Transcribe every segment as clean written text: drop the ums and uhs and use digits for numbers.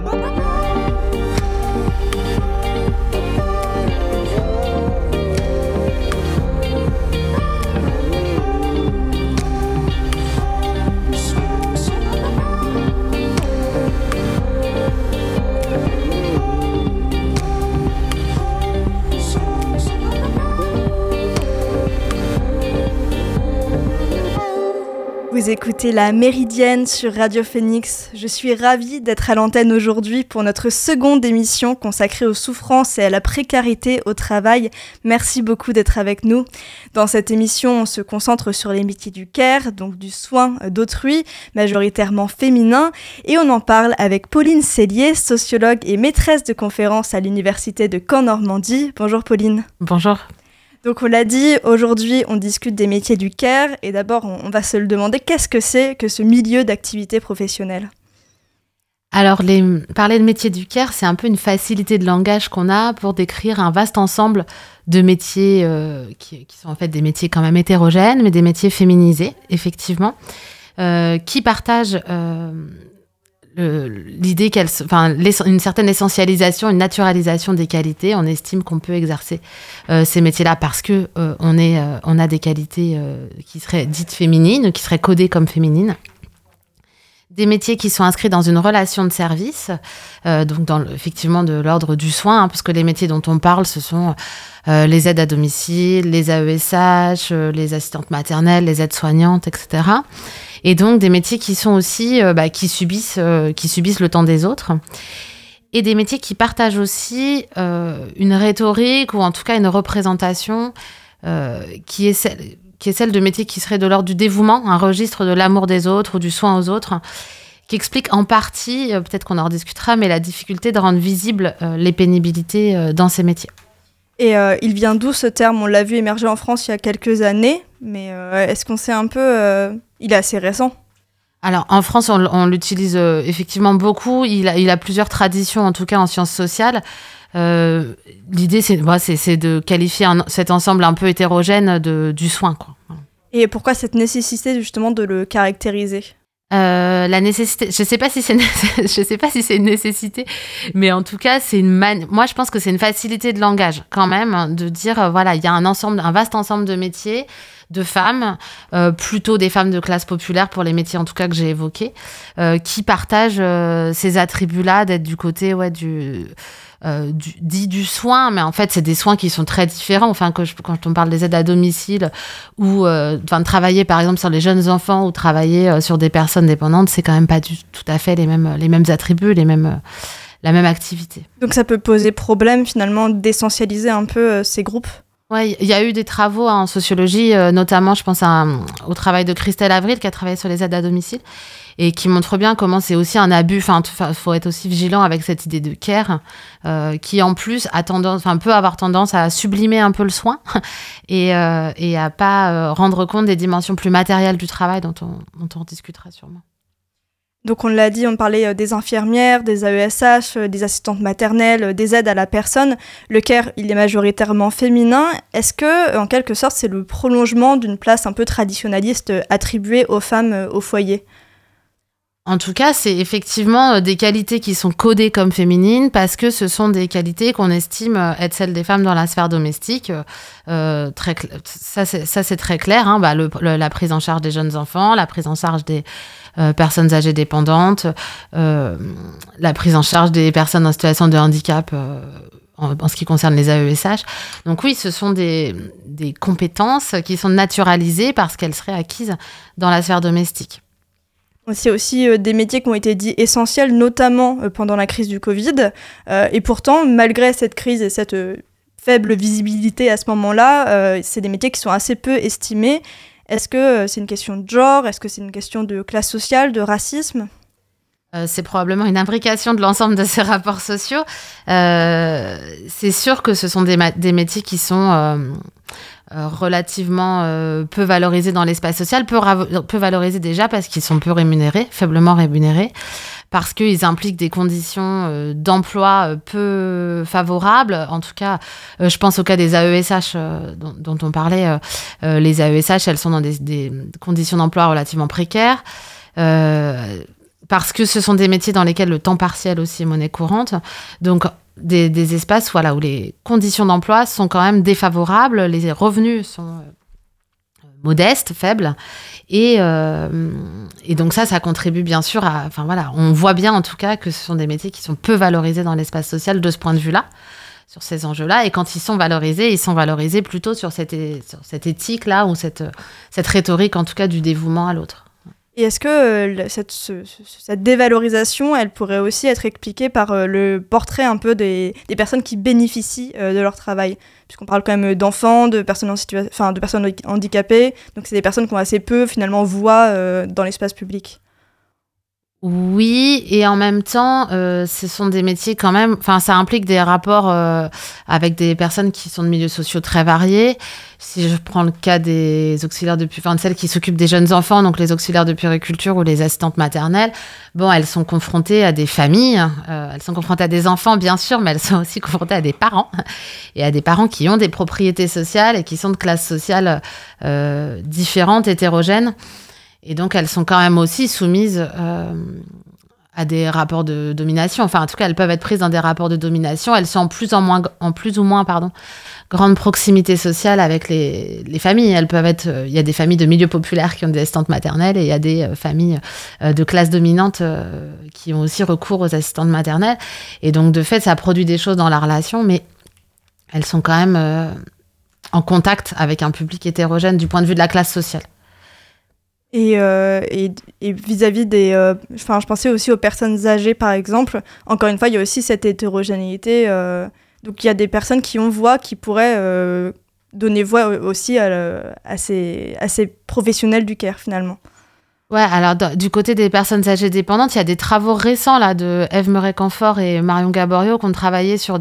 Vous écoutez La Méridienne sur Radio Phoenix. Je suis ravie d'être à l'antenne aujourd'hui pour notre seconde émission consacrée aux souffrances et à la précarité au travail. Merci beaucoup d'être avec nous. Dans cette émission, on se concentre sur les métiers du care, donc du soin d'autrui, majoritairement féminin, et on en parle avec Pauline Cellier, sociologue et maîtresse de conférences à l'Université de Caen-Normandie. Bonjour Pauline. Bonjour. Donc on l'a dit, aujourd'hui on discute des métiers du care et d'abord on va se le demander, qu'est-ce que c'est que ce milieu d'activité professionnelle ? Alors parler de métier du care, c'est un peu une facilité de langage qu'on a pour décrire un vaste ensemble de métiers qui sont en fait des métiers quand même hétérogènes, mais des métiers féminisés, effectivement, qui partagent l'idée une certaine essentialisation, une naturalisation des qualités. On estime qu'on peut exercer ces métiers-là parce que on a des qualités qui seraient dites féminines, qui seraient codées comme féminines. Des métiers qui sont inscrits dans une relation de service, donc effectivement de l'ordre du soin, parce que les métiers dont on parle, ce sont les aides à domicile, les AESH, les assistantes maternelles, les aides-soignantes, etc. Et donc des métiers qui sont aussi qui subissent le temps des autres, et des métiers qui partagent aussi une rhétorique ou en tout cas une représentation qui est celle de métiers qui seraient de l'ordre du dévouement, un registre de l'amour des autres ou du soin aux autres, qui explique en partie, peut-être qu'on en rediscutera, mais la difficulté de rendre visibles les pénibilités dans ces métiers. Et il vient d'où ce terme ? On l'a vu émerger en France il y a quelques années, mais est-ce qu'on sait un peu... il est assez récent. Alors, en France, on l'utilise effectivement beaucoup. Il a plusieurs traditions, en tout cas en sciences sociales. L'idée, c'est de qualifier cet ensemble un peu hétérogène du soin, quoi. Et pourquoi cette nécessité, justement, de le caractériser ? La nécessité, je sais pas si c'est une nécessité, mais en tout cas moi je pense que c'est une facilité de langage quand même, de dire voilà, il y a un vaste ensemble de métiers de femmes, plutôt des femmes de classe populaire pour les métiers en tout cas que j'ai évoqués, qui partagent ces attributs-là d'être du côté du soin, mais en fait c'est des soins qui sont très différents. Enfin, quand on parle des aides à domicile ou de travailler par exemple sur les jeunes enfants ou travailler sur des personnes dépendantes, c'est quand même pas tout à fait les mêmes attributs, la même activité. Donc ça peut poser problème finalement d'essentialiser un peu ces groupes. Oui, il y a eu des travaux en sociologie, notamment je pense au travail de Christelle Avril qui a travaillé sur les aides à domicile et qui montre bien comment c'est aussi un abus. Enfin, faut être aussi vigilant avec cette idée de care qui en plus peut avoir tendance à sublimer un peu le soin et à pas rendre compte des dimensions plus matérielles du travail dont on discutera sûrement. Donc on l'a dit, on parlait des infirmières, des AESH, des assistantes maternelles, des aides à la personne. Le care, il est majoritairement féminin. Est-ce que, en quelque sorte, c'est le prolongement d'une place un peu traditionnaliste attribuée aux femmes au foyer ? En tout cas, c'est effectivement des qualités qui sont codées comme féminines parce que ce sont des qualités qu'on estime être celles des femmes dans la sphère domestique. Ça, c'est très clair. Hein. La prise en charge des jeunes enfants, la prise en charge des personnes âgées dépendantes, la prise en charge des personnes en situation de handicap en ce qui concerne les AESH. Donc oui, ce sont des compétences qui sont naturalisées parce qu'elles seraient acquises dans la sphère domestique. C'est aussi des métiers qui ont été dits essentiels, notamment pendant la crise du Covid. Et pourtant, malgré cette crise et cette faible visibilité à ce moment-là, c'est des métiers qui sont assez peu estimés. Est-ce que c'est une question de genre ? Est-ce que c'est une question de classe sociale, de racisme ? C'est probablement une imbrication de l'ensemble de ces rapports sociaux. C'est sûr que ce sont des métiers qui sont relativement peu valorisés dans l'espace social, peu valorisés déjà parce qu'ils sont peu rémunérés, faiblement rémunérés, parce qu'ils impliquent des conditions d'emploi peu favorables. En tout cas, je pense au cas des AESH dont on parlait. Les AESH, elles sont dans des conditions d'emploi relativement précaires. parce que ce sont des métiers dans lesquels le temps partiel aussi est monnaie courante. Donc, des espaces où les conditions d'emploi sont quand même défavorables, les revenus sont modestes, faibles. Et donc ça contribue bien sûr à... Enfin voilà, on voit bien en tout cas que ce sont des métiers qui sont peu valorisés dans l'espace social de ce point de vue-là, sur ces enjeux-là. Et quand ils sont valorisés plutôt sur cette éthique-là ou cette rhétorique en tout cas du dévouement à l'autre. Et est-ce que cette dévalorisation, elle pourrait aussi être expliquée par le portrait un peu des personnes qui bénéficient de leur travail ? Puisqu'on parle quand même d'enfants, de personnes de personnes handicapées, donc c'est des personnes qui ont assez peu finalement voix dans l'espace public. Oui, et en même temps, ce sont des métiers quand même... Enfin, ça implique des rapports avec des personnes qui sont de milieux sociaux très variés. Si je prends le cas des auxiliaires de celles qui s'occupent des jeunes enfants, donc les auxiliaires de puériculture ou les assistantes maternelles, elles sont confrontées à des familles, elles sont confrontées à des enfants, bien sûr, mais elles sont aussi confrontées à des parents, et à des parents qui ont des propriétés sociales et qui sont de classes sociales différentes, hétérogènes. Et donc, elles sont quand même aussi soumises à des rapports de domination. Enfin, en tout cas, elles peuvent être prises dans des rapports de domination. Elles sont en plus ou moins grande proximité sociale avec les familles. Elles peuvent être... Il y a des familles de milieux populaires qui ont des assistantes maternelles et il y a des familles de classe dominante qui ont aussi recours aux assistantes maternelles. Et donc, de fait, ça produit des choses dans la relation, mais elles sont quand même en contact avec un public hétérogène du point de vue de la classe sociale. Et vis-à-vis des... je pensais aussi aux personnes âgées, par exemple. Encore une fois, il y a aussi cette hétérogénéité. Donc, il y a des personnes qui ont voix, qui pourraient donner voix aussi à ces professionnels du care, finalement. Ouais, alors du côté des personnes âgées dépendantes, il y a des travaux récents là, de Ève Meuret-Canfort et Marion Gaborio qui ont travaillé sur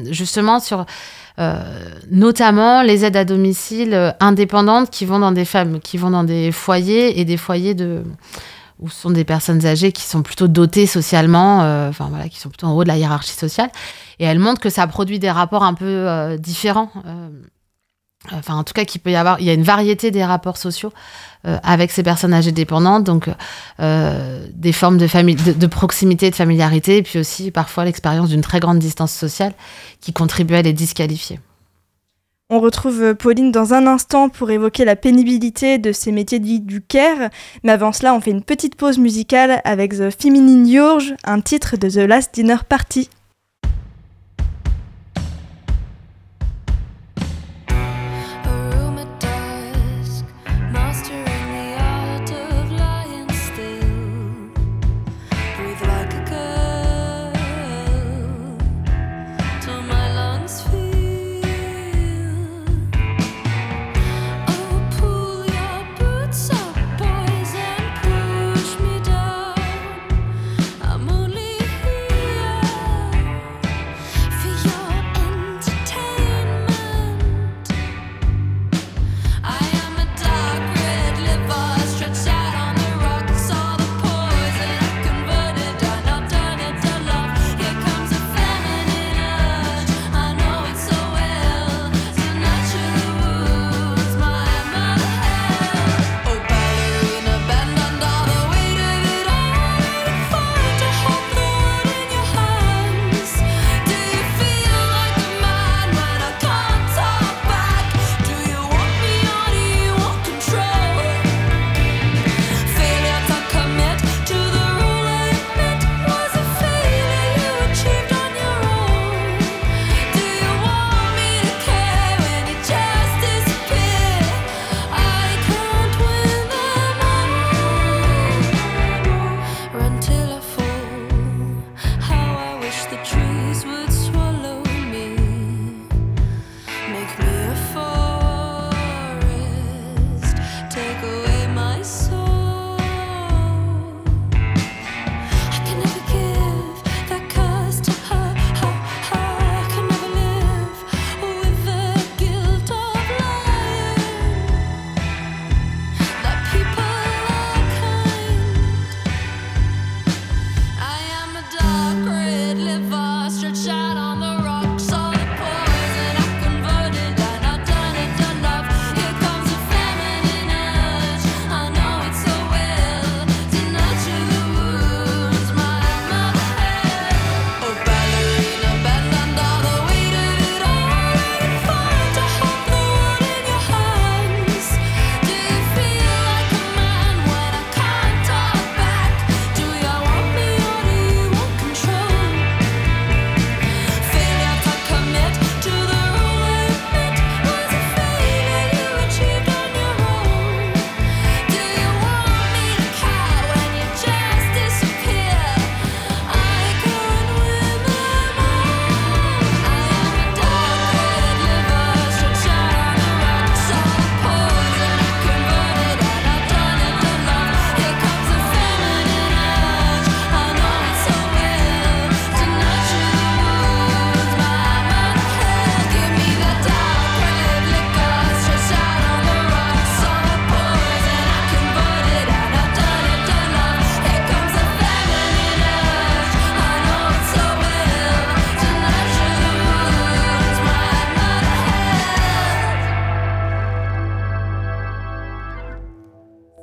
notamment les aides à domicile indépendantes qui vont dans des foyers et des foyers où sont des personnes âgées qui sont plutôt dotées socialement, qui sont plutôt en haut de la hiérarchie sociale. Et elles montrent que ça produit des rapports un peu différents. En tout cas, il y a une variété des rapports sociaux avec ces personnes âgées dépendantes, donc des formes de proximité, de familiarité, et puis aussi parfois l'expérience d'une très grande distance sociale qui contribue à les disqualifier. On retrouve Pauline dans un instant pour évoquer la pénibilité de ces métiers dits du care, mais avant cela, on fait une petite pause musicale avec The Feminine Urge, un titre de The Last Dinner Party. I'm only here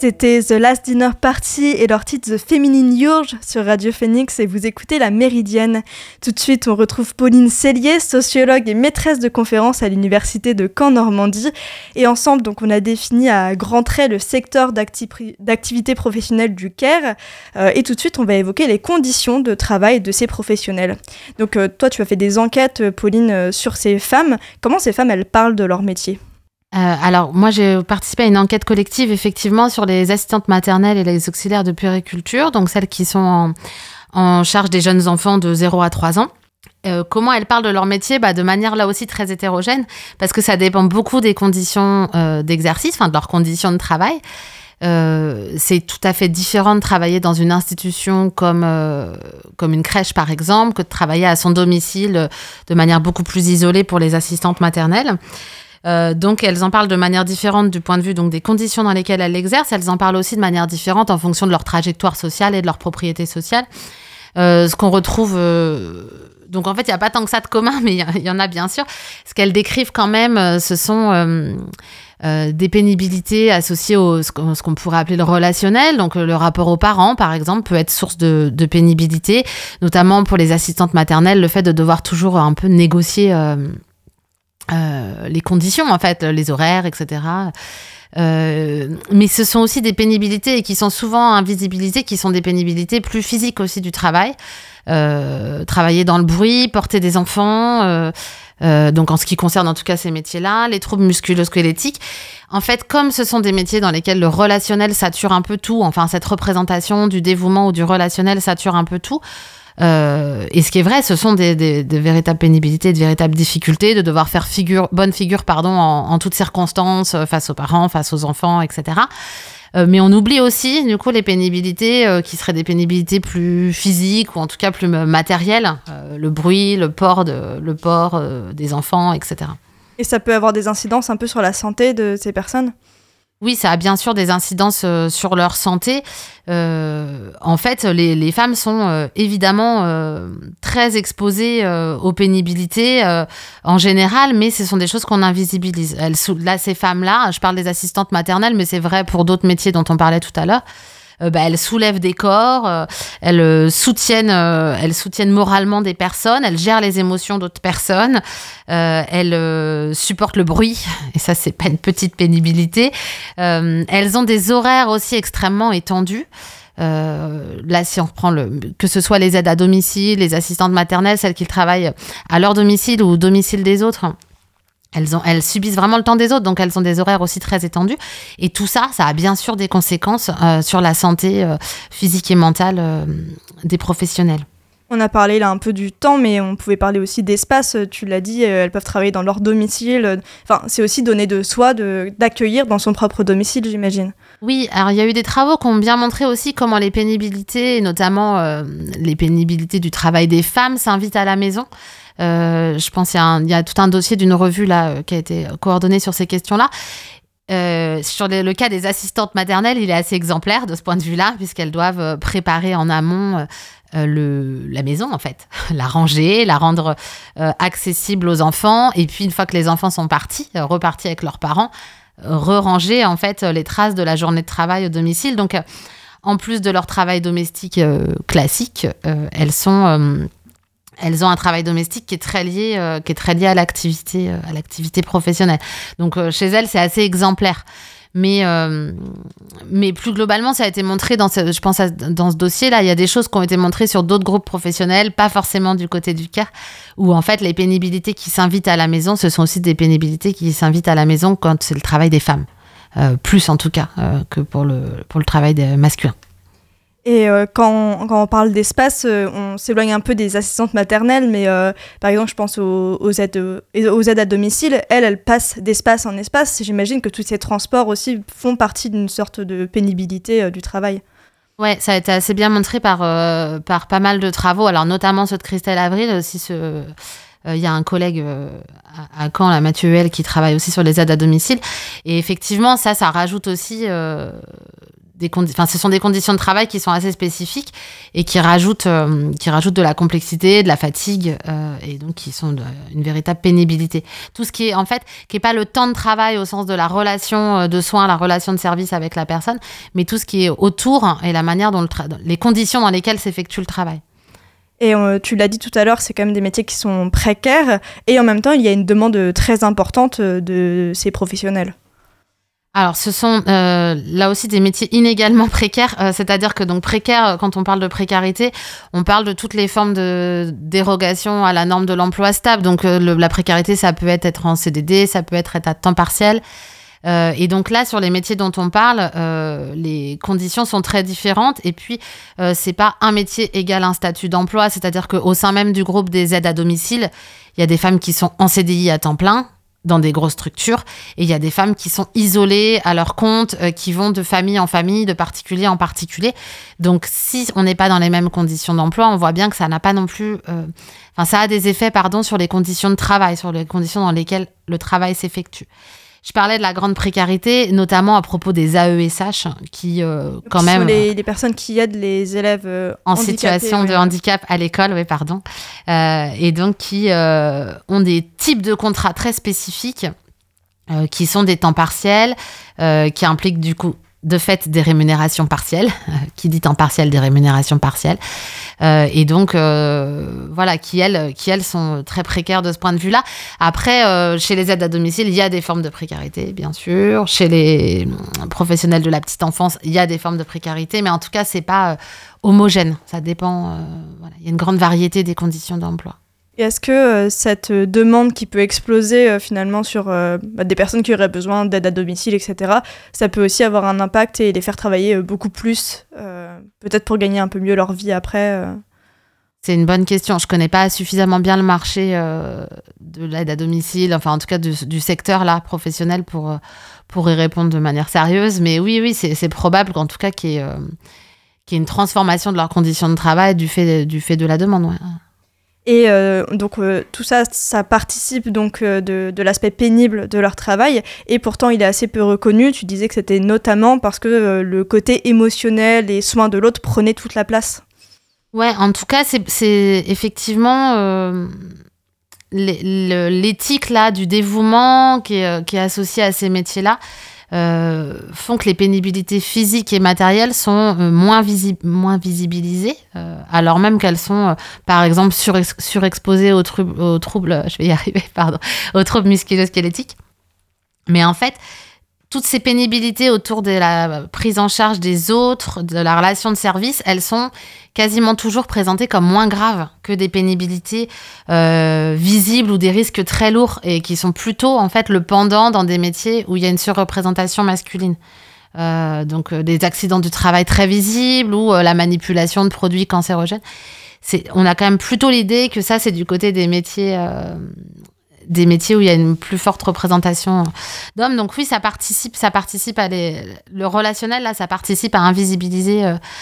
C'était The Last Dinner Party et leur titre The Feminine Urge sur Radio Phoenix et vous écoutez La Méridienne. Tout de suite, on retrouve Pauline Cellier, sociologue et maîtresse de conférences à l'université de Caen-Normandie. Et ensemble, donc, on a défini à grands traits le secteur d'activité professionnelle du care. Et tout de suite, on va évoquer les conditions de travail de ces professionnels. Donc, toi, tu as fait des enquêtes, Pauline, sur ces femmes. Comment ces femmes, elles parlent de leur métier ? Alors, moi, j'ai participé à une enquête collective, effectivement, sur les assistantes maternelles et les auxiliaires de puériculture, donc celles qui sont en charge des jeunes enfants de 0 à 3 ans. Comment elles parlent de leur métier ? De manière, là aussi, très hétérogène, parce que ça dépend beaucoup des conditions d'exercice, de leurs conditions de travail. C'est tout à fait différent de travailler dans une institution comme une crèche, par exemple, que de travailler à son domicile de manière beaucoup plus isolée pour les assistantes maternelles. Donc, elles en parlent de manière différente du point de vue donc, des conditions dans lesquelles elles l'exercent. Elles en parlent aussi de manière différente en fonction de leur trajectoire sociale et de leur propriété sociale. Ce qu'on retrouve... Donc, en fait, il n'y a pas tant que ça de commun, mais il y en a bien sûr. Ce qu'elles décrivent quand même, ce sont des pénibilités associées à ce qu'on pourrait appeler le relationnel. Donc, le rapport aux parents, par exemple, peut être source de pénibilité, notamment pour les assistantes maternelles, le fait de devoir toujours un peu négocier... les conditions, en fait, les horaires, etc. Mais ce sont aussi des pénibilités qui sont souvent invisibilisées, qui sont des pénibilités plus physiques aussi du travail. Travailler dans le bruit, porter des enfants, donc en ce qui concerne en tout cas ces métiers-là, les troubles musculo-squelettiques. En fait, comme ce sont des métiers dans lesquels le relationnel sature un peu tout, enfin cette représentation du dévouement ou du relationnel sature un peu tout, et ce qui est vrai, ce sont des véritables pénibilités, de véritables difficultés de devoir faire bonne figure en toutes circonstances, face aux parents, face aux enfants, etc. Mais on oublie aussi, du coup, les pénibilités qui seraient des pénibilités plus physiques ou en tout cas plus matérielles, le bruit, le port des enfants, etc. Et ça peut avoir des incidences un peu sur la santé de ces personnes ? Oui, ça a bien sûr des incidences sur leur santé. En fait, les femmes sont évidemment très exposées aux pénibilités en général, mais ce sont des choses qu'on invisibilise. Là, ces femmes-là, je parle des assistantes maternelles, mais c'est vrai pour d'autres métiers dont on parlait tout à l'heure. Elles soulèvent des corps, elles soutiennent moralement des personnes, elles gèrent les émotions d'autres personnes, elles supportent le bruit, et ça c'est pas une petite pénibilité. Elles ont des horaires aussi extrêmement étendus. Là, si on reprend que ce soit les aides à domicile, les assistantes maternelles, celles qui travaillent à leur domicile ou au domicile des autres, elles subissent vraiment le temps des autres, donc elles ont des horaires aussi très étendus. Et tout ça, ça a bien sûr des conséquences sur la santé physique et mentale des professionnels. On a parlé là un peu du temps, mais on pouvait parler aussi d'espace. Tu l'as dit, elles peuvent travailler dans leur domicile. Enfin, c'est aussi donner de soi, d'accueillir dans son propre domicile, j'imagine. Oui, alors il y a eu des travaux qui ont bien montré aussi comment les pénibilités, et notamment les pénibilités du travail des femmes, s'invitent à la maison. Je pense qu'il y a tout un dossier d'une revue là, qui a été coordonné sur ces questions-là. Sur le cas des assistantes maternelles, il est assez exemplaire de ce point de vue-là, puisqu'elles doivent préparer en amont la maison, en fait, la ranger, la rendre accessible aux enfants, et puis une fois que les enfants sont repartis avec leurs parents, re-ranger en fait les traces de la journée de travail au domicile. Donc, en plus de leur travail domestique classique, elles ont un travail domestique qui est très lié à l'activité professionnelle. Donc, chez elles, c'est assez exemplaire. Mais plus globalement, ça a été montré dans ce dossier-là. Il y a des choses qui ont été montrées sur d'autres groupes professionnels, pas forcément du côté du care, où en fait, les pénibilités qui s'invitent à la maison, ce sont aussi des pénibilités qui s'invitent à la maison quand c'est le travail des femmes. Plus en tout cas que pour le travail des masculins. Et quand on parle d'espace, on s'éloigne un peu des assistantes maternelles, mais par exemple, je pense aux aides à domicile. Elles passent d'espace en espace. J'imagine que tous ces transports aussi font partie d'une sorte de pénibilité du travail. Ouais, ça a été assez bien montré par pas mal de travaux, alors notamment ceux de Christelle Avril, aussi il y a un collègue à Caen, là, Mathieu Huel, qui travaille aussi sur les aides à domicile. Et effectivement, ça rajoute aussi ce sont des conditions de travail qui sont assez spécifiques et qui rajoutent de la complexité, de la fatigue et donc qui sont une véritable pénibilité. Tout ce qui est en fait, qui est pas le temps de travail au sens de la relation de soins, la relation de service avec la personne, mais tout ce qui est autour et la manière dont les conditions dans lesquelles s'effectue le travail. Et tu l'as dit tout à l'heure, c'est quand même des métiers qui sont précaires et en même temps, il y a une demande très importante de ces professionnels. Alors, ce sont là aussi des métiers inégalement précaires, c'est-à-dire que donc précaire, quand on parle de précarité, on parle de toutes les formes de dérogation à la norme de l'emploi stable. Donc, la précarité, ça peut être en CDD, ça peut être à temps partiel. Et donc là, sur les métiers dont on parle, les conditions sont très différentes. Et puis, c'est pas un métier égal un statut d'emploi, c'est-à-dire qu'au sein même du groupe des aides à domicile, il y a des femmes qui sont en CDI à temps plein, dans des grosses structures, et il y a des femmes qui sont isolées à leur compte, qui vont de famille en famille, de particulier en particulier. Donc, si on n'est pas dans les mêmes conditions d'emploi, on voit bien que ça n'a pas non plus... ça a des effets, sur les conditions de travail, sur les conditions dans lesquelles le travail s'effectue. Je parlais de la grande précarité, notamment à propos des AESH, qui quand même... Ce sont les personnes qui aident les élèves en situation de handicap à l'école, et donc qui ont des types de contrats très spécifiques, qui sont des temps partiels, qui impliquent du coup de fait des rémunérations partielles, qui dit temps partiel, des rémunérations partielles, et donc qui elles sont très précaires de ce point de vue-là. Après, chez les aides à domicile, il y a des formes de précarité, bien sûr. Chez les professionnels de la petite enfance, il y a des formes de précarité, mais en tout cas, c'est pas homogène. Ça dépend. Il y a une grande variété des conditions d'emploi. Et est-ce que cette demande qui peut exploser finalement sur des personnes qui auraient besoin d'aide à domicile, etc., ça peut aussi avoir un impact et les faire travailler beaucoup plus, peut-être pour gagner un peu mieux leur vie après C'est une bonne question. Je ne connais pas suffisamment bien le marché de l'aide à domicile, enfin en tout cas du secteur là, professionnel pour y répondre de manière sérieuse. Mais oui, c'est probable qu'en tout cas qu'il y ait une transformation de leurs conditions de travail du fait de la demande. Ouais. Et donc tout ça participe donc de l'aspect pénible de leur travail et pourtant il est assez peu reconnu. Tu disais que c'était notamment parce que le côté émotionnel et soin de l'autre prenait toute la place. Ouais, en tout cas c'est effectivement l'éthique là du dévouement qui est associée à ces métiers-là. Font que les pénibilités physiques et matérielles sont moins visibilisées, alors même qu'elles sont, par exemple, surexposées aux troubles, aux troubles musculo-squelettiques. Mais en fait, toutes ces pénibilités autour de la prise en charge des autres, de la relation de service, elles sont quasiment toujours présentées comme moins graves que des pénibilités visibles ou des risques très lourds et qui sont plutôt en fait le pendant dans des métiers où il y a une surreprésentation masculine. Donc des accidents du travail très visibles ou la manipulation de produits cancérogènes. On a quand même plutôt l'idée que ça, c'est du côté des métiers où il y a une plus forte représentation d'hommes. Donc oui, ça participe le relationnel, là, ça participe à invisibiliser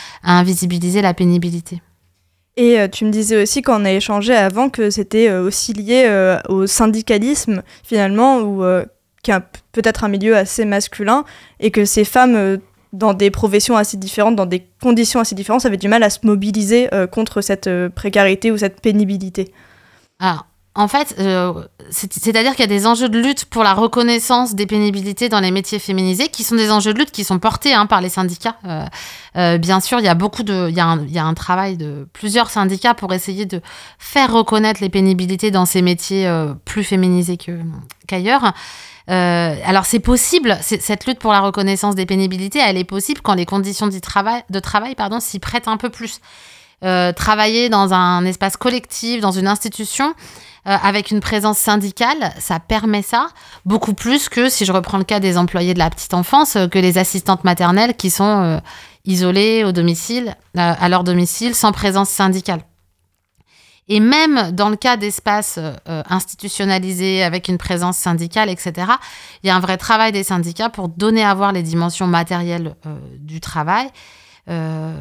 la pénibilité. Et tu me disais aussi quand on a échangé avant que c'était aussi lié au syndicalisme, finalement, qui est peut-être un milieu assez masculin, et que ces femmes, dans des professions assez différentes, dans des conditions assez différentes, avaient du mal à se mobiliser contre cette précarité ou cette pénibilité. Alors, en fait, c'est-à-dire qu'il y a des enjeux de lutte pour la reconnaissance des pénibilités dans les métiers féminisés, qui sont des enjeux de lutte qui sont portés par les syndicats. Bien sûr, il y a un travail de plusieurs syndicats pour essayer de faire reconnaître les pénibilités dans ces métiers plus féminisés qu'ailleurs. Alors c'est possible, cette lutte pour la reconnaissance des pénibilités, elle est possible quand les conditions de travail s'y prêtent un peu plus. Travailler dans un espace collectif, dans une institution, avec une présence syndicale, ça permet ça beaucoup plus que, si je reprends le cas des employés de la petite enfance, que les assistantes maternelles qui sont isolées au domicile, à leur domicile, sans présence syndicale. Et même dans le cas d'espaces institutionnalisés avec une présence syndicale, etc., il y a un vrai travail des syndicats pour donner à voir les dimensions matérielles du travail,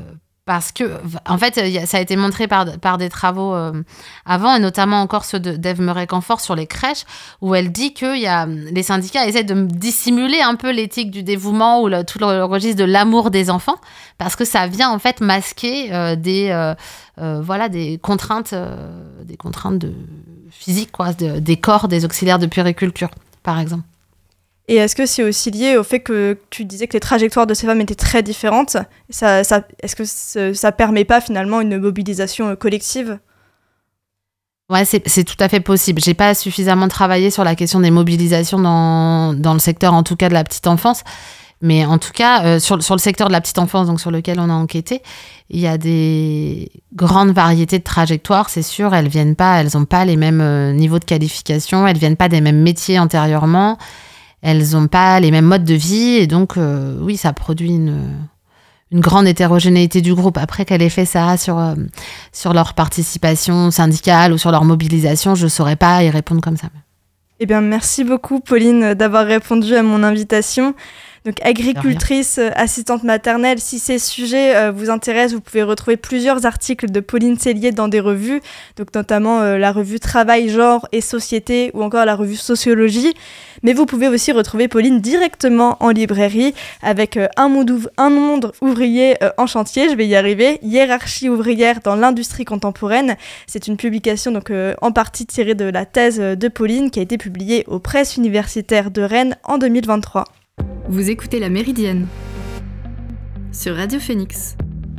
Parce que, en fait, ça a été montré par des travaux avant, et notamment encore ceux d'Ève Murray-Canfort sur les crèches, où elle dit que les syndicats essaient de dissimuler un peu l'éthique du dévouement ou tout le registre de l'amour des enfants, parce que ça vient en fait masquer des contraintes physiques, quoi, des corps des auxiliaires de puériculture, par exemple. Et est-ce que c'est aussi lié au fait que tu disais que les trajectoires de ces femmes étaient très différentes ? Est-ce que ça permet pas finalement une mobilisation collective ? Ouais, c'est tout à fait possible. J'ai pas suffisamment travaillé sur la question des mobilisations dans le secteur, en tout cas de la petite enfance. Mais en tout cas, sur le secteur de la petite enfance, donc sur lequel on a enquêté, il y a des grandes variétés de trajectoires, c'est sûr. Elles ont pas les mêmes niveaux de qualification, elles viennent pas des mêmes métiers antérieurement. Elles n'ont pas les mêmes modes de vie, et donc, oui, ça produit une grande hétérogénéité du groupe. Après, quel effet ça a sur leur participation syndicale ou sur leur mobilisation, je ne saurais pas y répondre comme ça. Eh bien, merci beaucoup, Pauline, d'avoir répondu à mon invitation. Donc, agricultrice, assistante maternelle, si ces sujets vous intéressent, vous pouvez retrouver plusieurs articles de Pauline Cellier dans des revues, donc notamment la revue Travail, Genre et Société, ou encore la revue Sociologie. Mais vous pouvez aussi retrouver Pauline directement en librairie avec un monde ouvrier en chantier, je vais y arriver, hiérarchie ouvrière dans l'industrie contemporaine. C'est une publication donc en partie tirée de la thèse de Pauline qui a été publiée aux Presses universitaires de Rennes en 2023. Vous écoutez La Méridienne sur Radio Phoenix.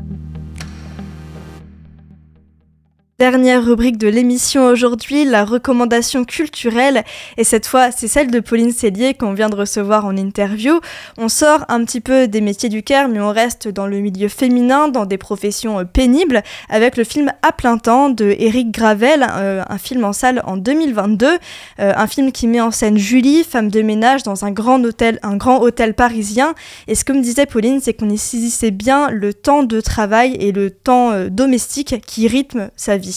Dernière rubrique de l'émission aujourd'hui, la recommandation culturelle. Et cette fois, c'est celle de Pauline Cellier qu'on vient de recevoir en interview. On sort un petit peu des métiers du Caire, mais on reste dans le milieu féminin, dans des professions pénibles, avec le film À plein temps de Éric Gravel, un film en salle en 2022. Un film qui met en scène Julie, femme de ménage dans un grand hôtel parisien. Et ce que me disait Pauline, c'est qu'on y saisissait bien le temps de travail et le temps domestique qui rythme sa vie.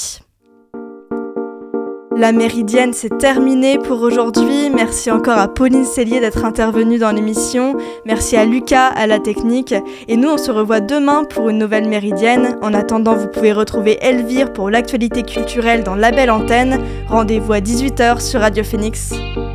La Méridienne, c'est terminé pour aujourd'hui. Merci encore à Pauline Cellier d'être intervenue dans l'émission. Merci à Lucas, à la technique. Et nous, on se revoit demain pour une nouvelle Méridienne. En attendant, vous pouvez retrouver Elvire pour l'actualité culturelle dans La Belle Antenne. Rendez-vous à 18h sur Radio Phoenix.